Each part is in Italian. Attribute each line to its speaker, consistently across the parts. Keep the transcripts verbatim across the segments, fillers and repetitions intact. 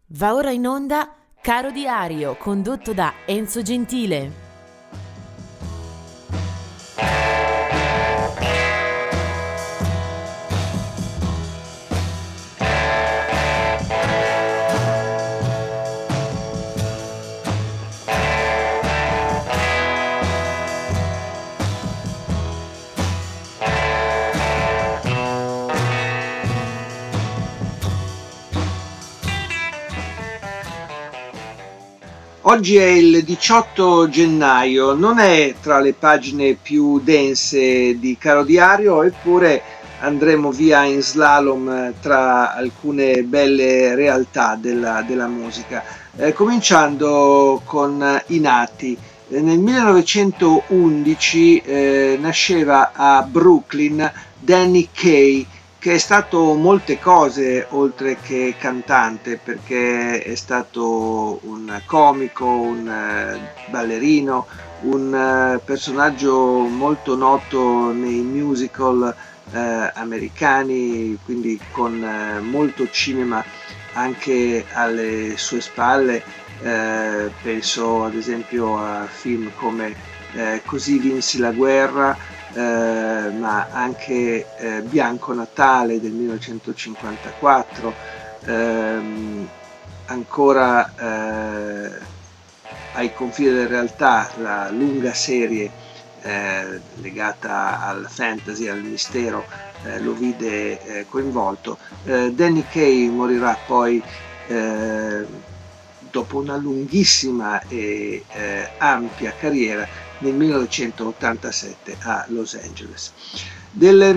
Speaker 1: Va ora in onda Caro Diario, condotto da Enzo Gentile.
Speaker 2: Oggi è il diciotto gennaio, non è tra le pagine più dense di Caro Diario, eppure andremo via in slalom tra alcune belle realtà della, della musica, eh, cominciando con i nati. Eh, nel millenovecentoundici eh, nasceva a Brooklyn Danny Kaye, che è stato molte cose oltre che cantante, perché è stato un comico, un eh, ballerino, un eh, personaggio molto noto nei musical eh, americani, quindi con eh, molto cinema anche alle sue spalle. Eh, penso ad esempio a film come eh, Così vinsi la guerra, eh, ma anche eh, Bianco Natale del millenovecentocinquantaquattro, ehm, ancora eh, Ai confini della realtà, la lunga serie eh, legata al fantasy, al mistero, eh, lo vide eh, coinvolto. Eh, Danny Kaye morirà poi eh, dopo una lunghissima e eh, ampia carriera nel millenovecentottantasette a Los Angeles. Del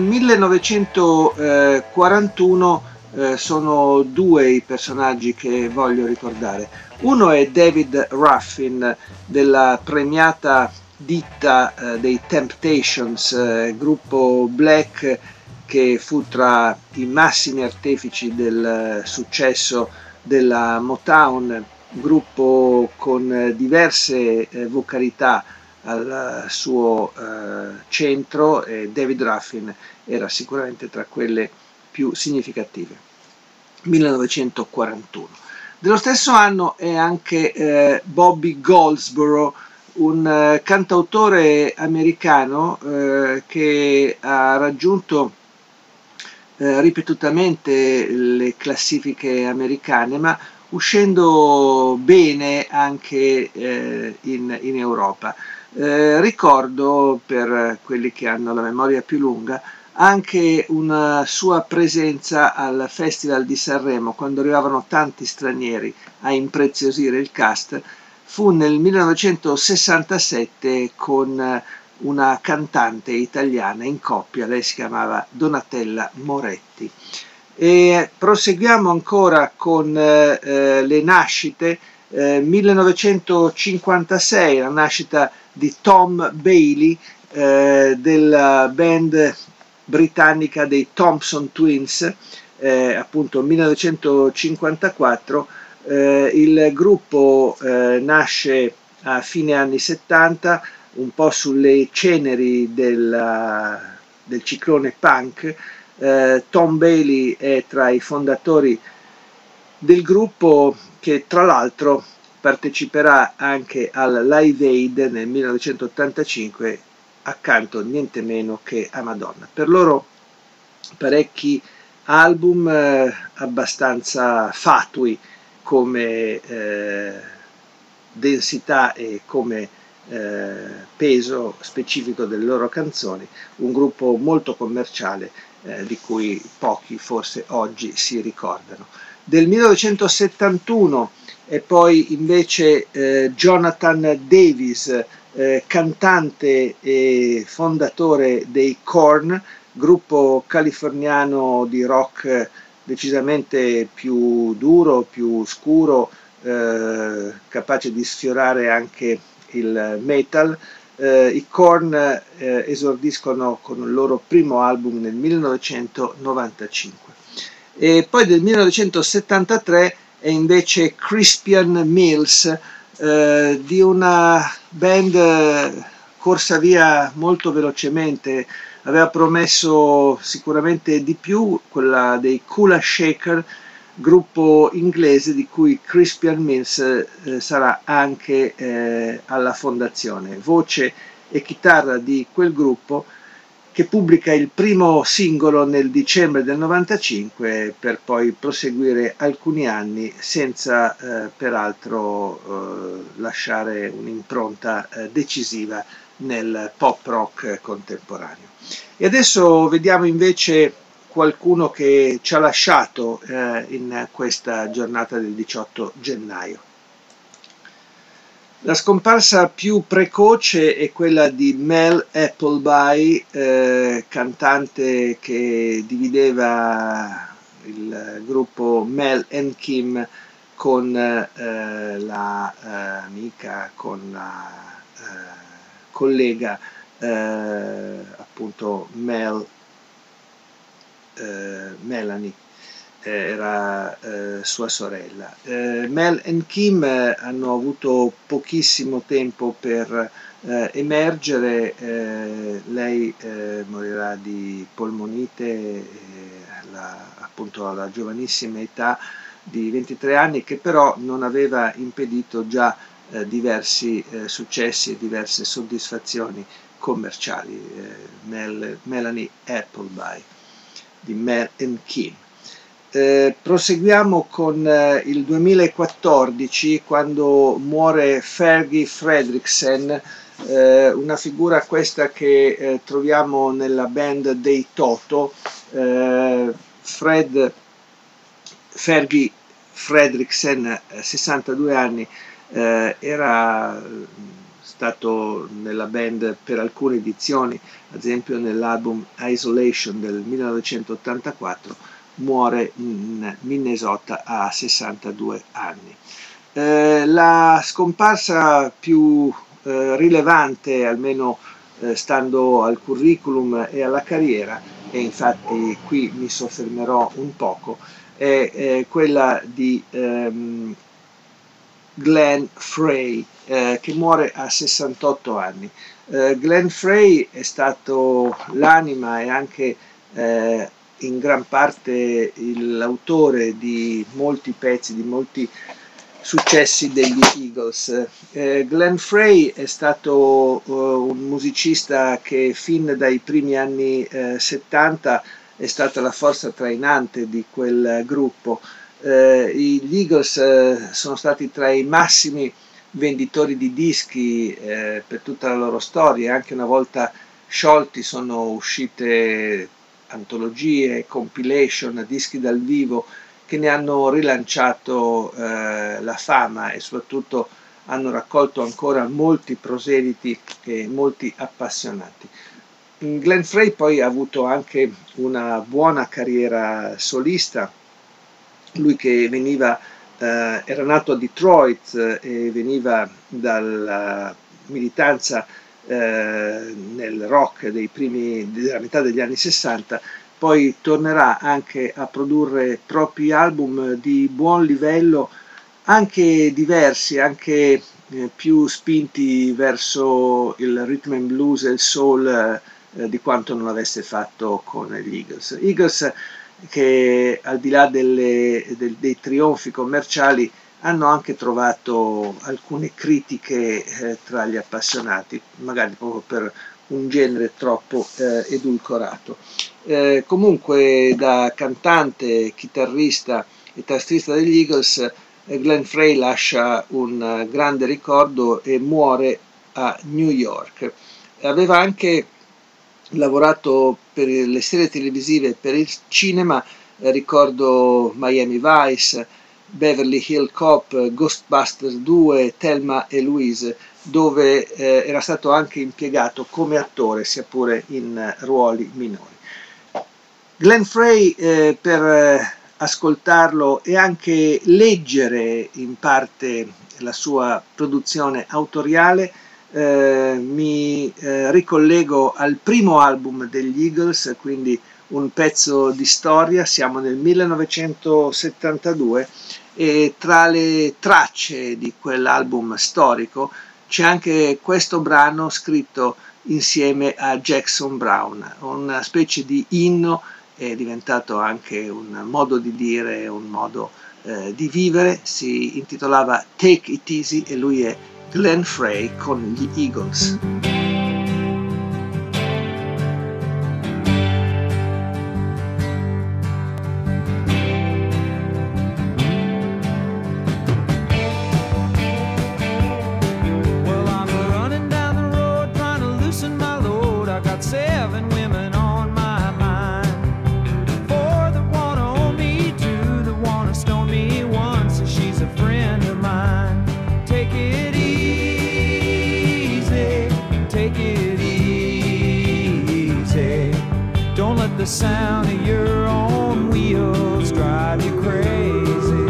Speaker 2: millenovecentoquarantuno eh, sono due i personaggi che voglio ricordare. Uno è David Ruffin, della premiata ditta eh, dei Temptations, eh, gruppo black che fu tra i massimi artefici del successo della Motown, gruppo con diverse eh, vocalità al suo eh, centro, e David Ruffin era sicuramente tra quelle più significative. millenovecentoquarantuno. Dello stesso anno è anche eh, Bobby Goldsboro, un eh, cantautore americano eh, che ha raggiunto eh, ripetutamente le classifiche americane, ma uscendo bene anche eh, in, in Europa. Eh, ricordo, per quelli che hanno la memoria più lunga, anche una sua presenza al Festival di Sanremo, quando arrivavano tanti stranieri a impreziosire il cast. Fu nel millenovecentosessantasette con una cantante italiana in coppia, lei si chiamava Donatella Moretti. E proseguiamo ancora con eh, le nascite. Eh, millenovecentocinquantasei, la nascita di Tom Bailey, eh, della band britannica dei Thompson Twins, eh, appunto millenovecentocinquantaquattro. Eh, il gruppo eh, nasce a fine anni settanta, un po' sulle ceneri del, del ciclone punk. Eh, Tom Bailey è tra i fondatori del gruppo, che tra l'altro parteciperà anche al Live Aid nel millenovecentottantacinque accanto niente meno che a Madonna. Per loro parecchi album eh, abbastanza fatui come eh, densità e come eh, peso specifico delle loro canzoni, un gruppo molto commerciale eh, di cui pochi forse oggi si ricordano. Del millenovecentosettantuno e poi invece eh, Jonathan Davis, eh, cantante e fondatore dei Korn, gruppo californiano di rock decisamente più duro, più scuro, eh, capace di sfiorare anche il metal. Eh, I Korn eh, esordiscono con il loro primo album nel millenovecentonovantacinque. E poi del millenovecentosettantatré è invece Crispian Mills, eh, di una band eh, corsa via molto velocemente. Aveva promesso sicuramente di più, quella dei Kula Shaker, gruppo inglese di cui Crispian Mills eh, sarà anche eh, alla fondazione, voce e chitarra di quel gruppo, che pubblica il primo singolo nel dicembre del novantacinque per poi proseguire alcuni anni senza eh, peraltro eh, lasciare un'impronta eh, decisiva nel pop rock contemporaneo. E adesso vediamo invece qualcuno che ci ha lasciato eh, in questa giornata del diciotto gennaio. La scomparsa più precoce è quella di Mel Appleby, eh, cantante che divideva il gruppo Mel and Kim con eh, la eh, amica, con la eh, collega eh, appunto Mel, eh, Melanie. Era eh, sua sorella. Eh, Mel e Kim eh, hanno avuto pochissimo tempo per eh, emergere, eh, lei eh, morirà di polmonite eh, alla, appunto alla giovanissima età di ventitré anni, che però non aveva impedito già eh, diversi eh, successi e diverse soddisfazioni commerciali. Eh, Mel, Melanie Appleby di Mel and Kim. Eh, proseguiamo con eh, il duemilaquattordici, quando muore Fergie Frederiksen, eh, una figura questa che eh, troviamo nella band dei Toto. eh, Fred Fergie Frederiksen, sessantadue anni, eh, era stato nella band per alcune edizioni, ad esempio nell'album Isolation del millenovecentottantaquattro. Muore in Minnesota a sessantadue anni. Eh, la scomparsa più eh, rilevante, almeno eh, stando al curriculum e alla carriera, e infatti qui mi soffermerò un poco, è, è quella di ehm, Glenn Frey, eh, che muore a sessantotto anni. Eh, Glenn Frey è stato l'anima e anche eh, in gran parte l'autore di molti pezzi, di molti successi degli Eagles. Eh, Glenn Frey è stato uh, un musicista che fin dai primi anni eh, settanta è stata la forza trainante di quel gruppo. Eh, gli Eagles eh, sono stati tra i massimi venditori di dischi eh, per tutta la loro storia, anche una volta sciolti sono uscite antologie, compilation, dischi dal vivo che ne hanno rilanciato eh, la fama e soprattutto hanno raccolto ancora molti proseliti e molti appassionati. Glenn Frey poi ha avuto anche una buona carriera solista, lui che veniva, eh, era nato a Detroit eh, e veniva dalla militanza eh, nel rock dei primi, della metà degli anni sessanta, poi tornerà anche a produrre propri album di buon livello, anche diversi, anche eh, più spinti verso il rhythm and blues e il soul eh, di quanto non avesse fatto con gli Eagles. Eagles che al di là delle, del, dei trionfi commerciali hanno anche trovato alcune critiche eh, tra gli appassionati, magari proprio per un genere troppo eh, edulcorato. Eh, comunque da cantante, chitarrista e tastista degli Eagles, eh, Glenn Frey lascia un uh, grande ricordo e muore a New York. Aveva anche lavorato per le serie televisive e per il cinema, eh, ricordo Miami Vice, Beverly Hill Cop, Ghostbusters due, Thelma e Louise, dove eh, era stato anche impiegato come attore, sia pure in eh, ruoli minori. Glenn Frey, eh, per eh, ascoltarlo e anche leggere in parte la sua produzione autoriale, eh, mi eh, ricollego al primo album degli Eagles, quindi un pezzo di storia. Siamo nel millenovecentosettantadue e tra le tracce di quell'album storico c'è anche questo brano scritto insieme a Jackson Browne, una specie di inno è diventato anche un modo di dire, un modo eh, di vivere. Si intitolava Take It Easy e lui è Glenn Frey con gli Eagles.
Speaker 3: The sound of your own wheels drive you crazy.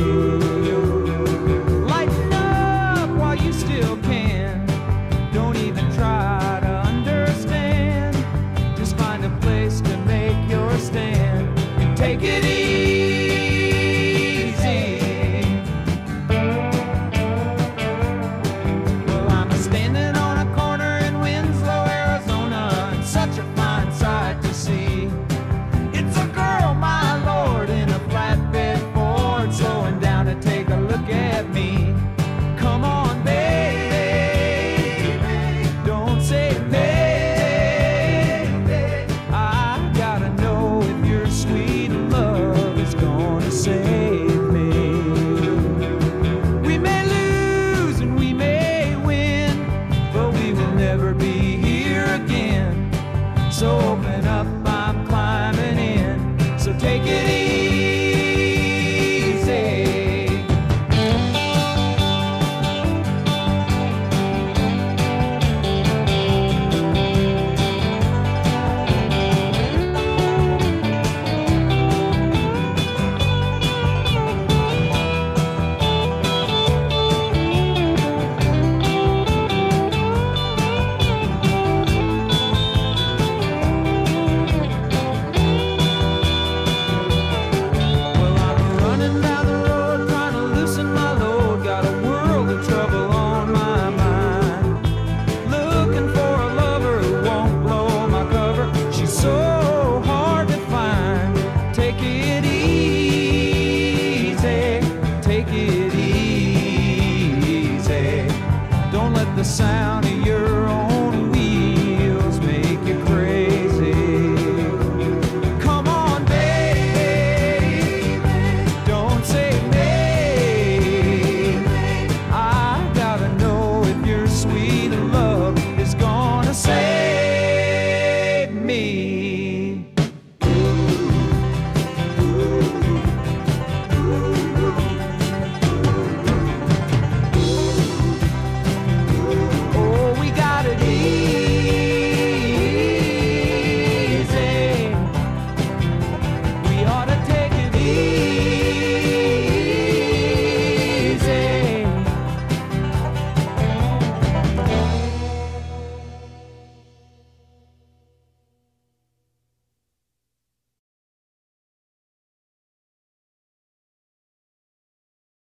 Speaker 3: Lighten up while you still can. Don't even try to understand. Just find a place to make your stand and take it easy. Well, I'm standing on a corner in Winslow, Arizona, and such a fine sight to see. The sound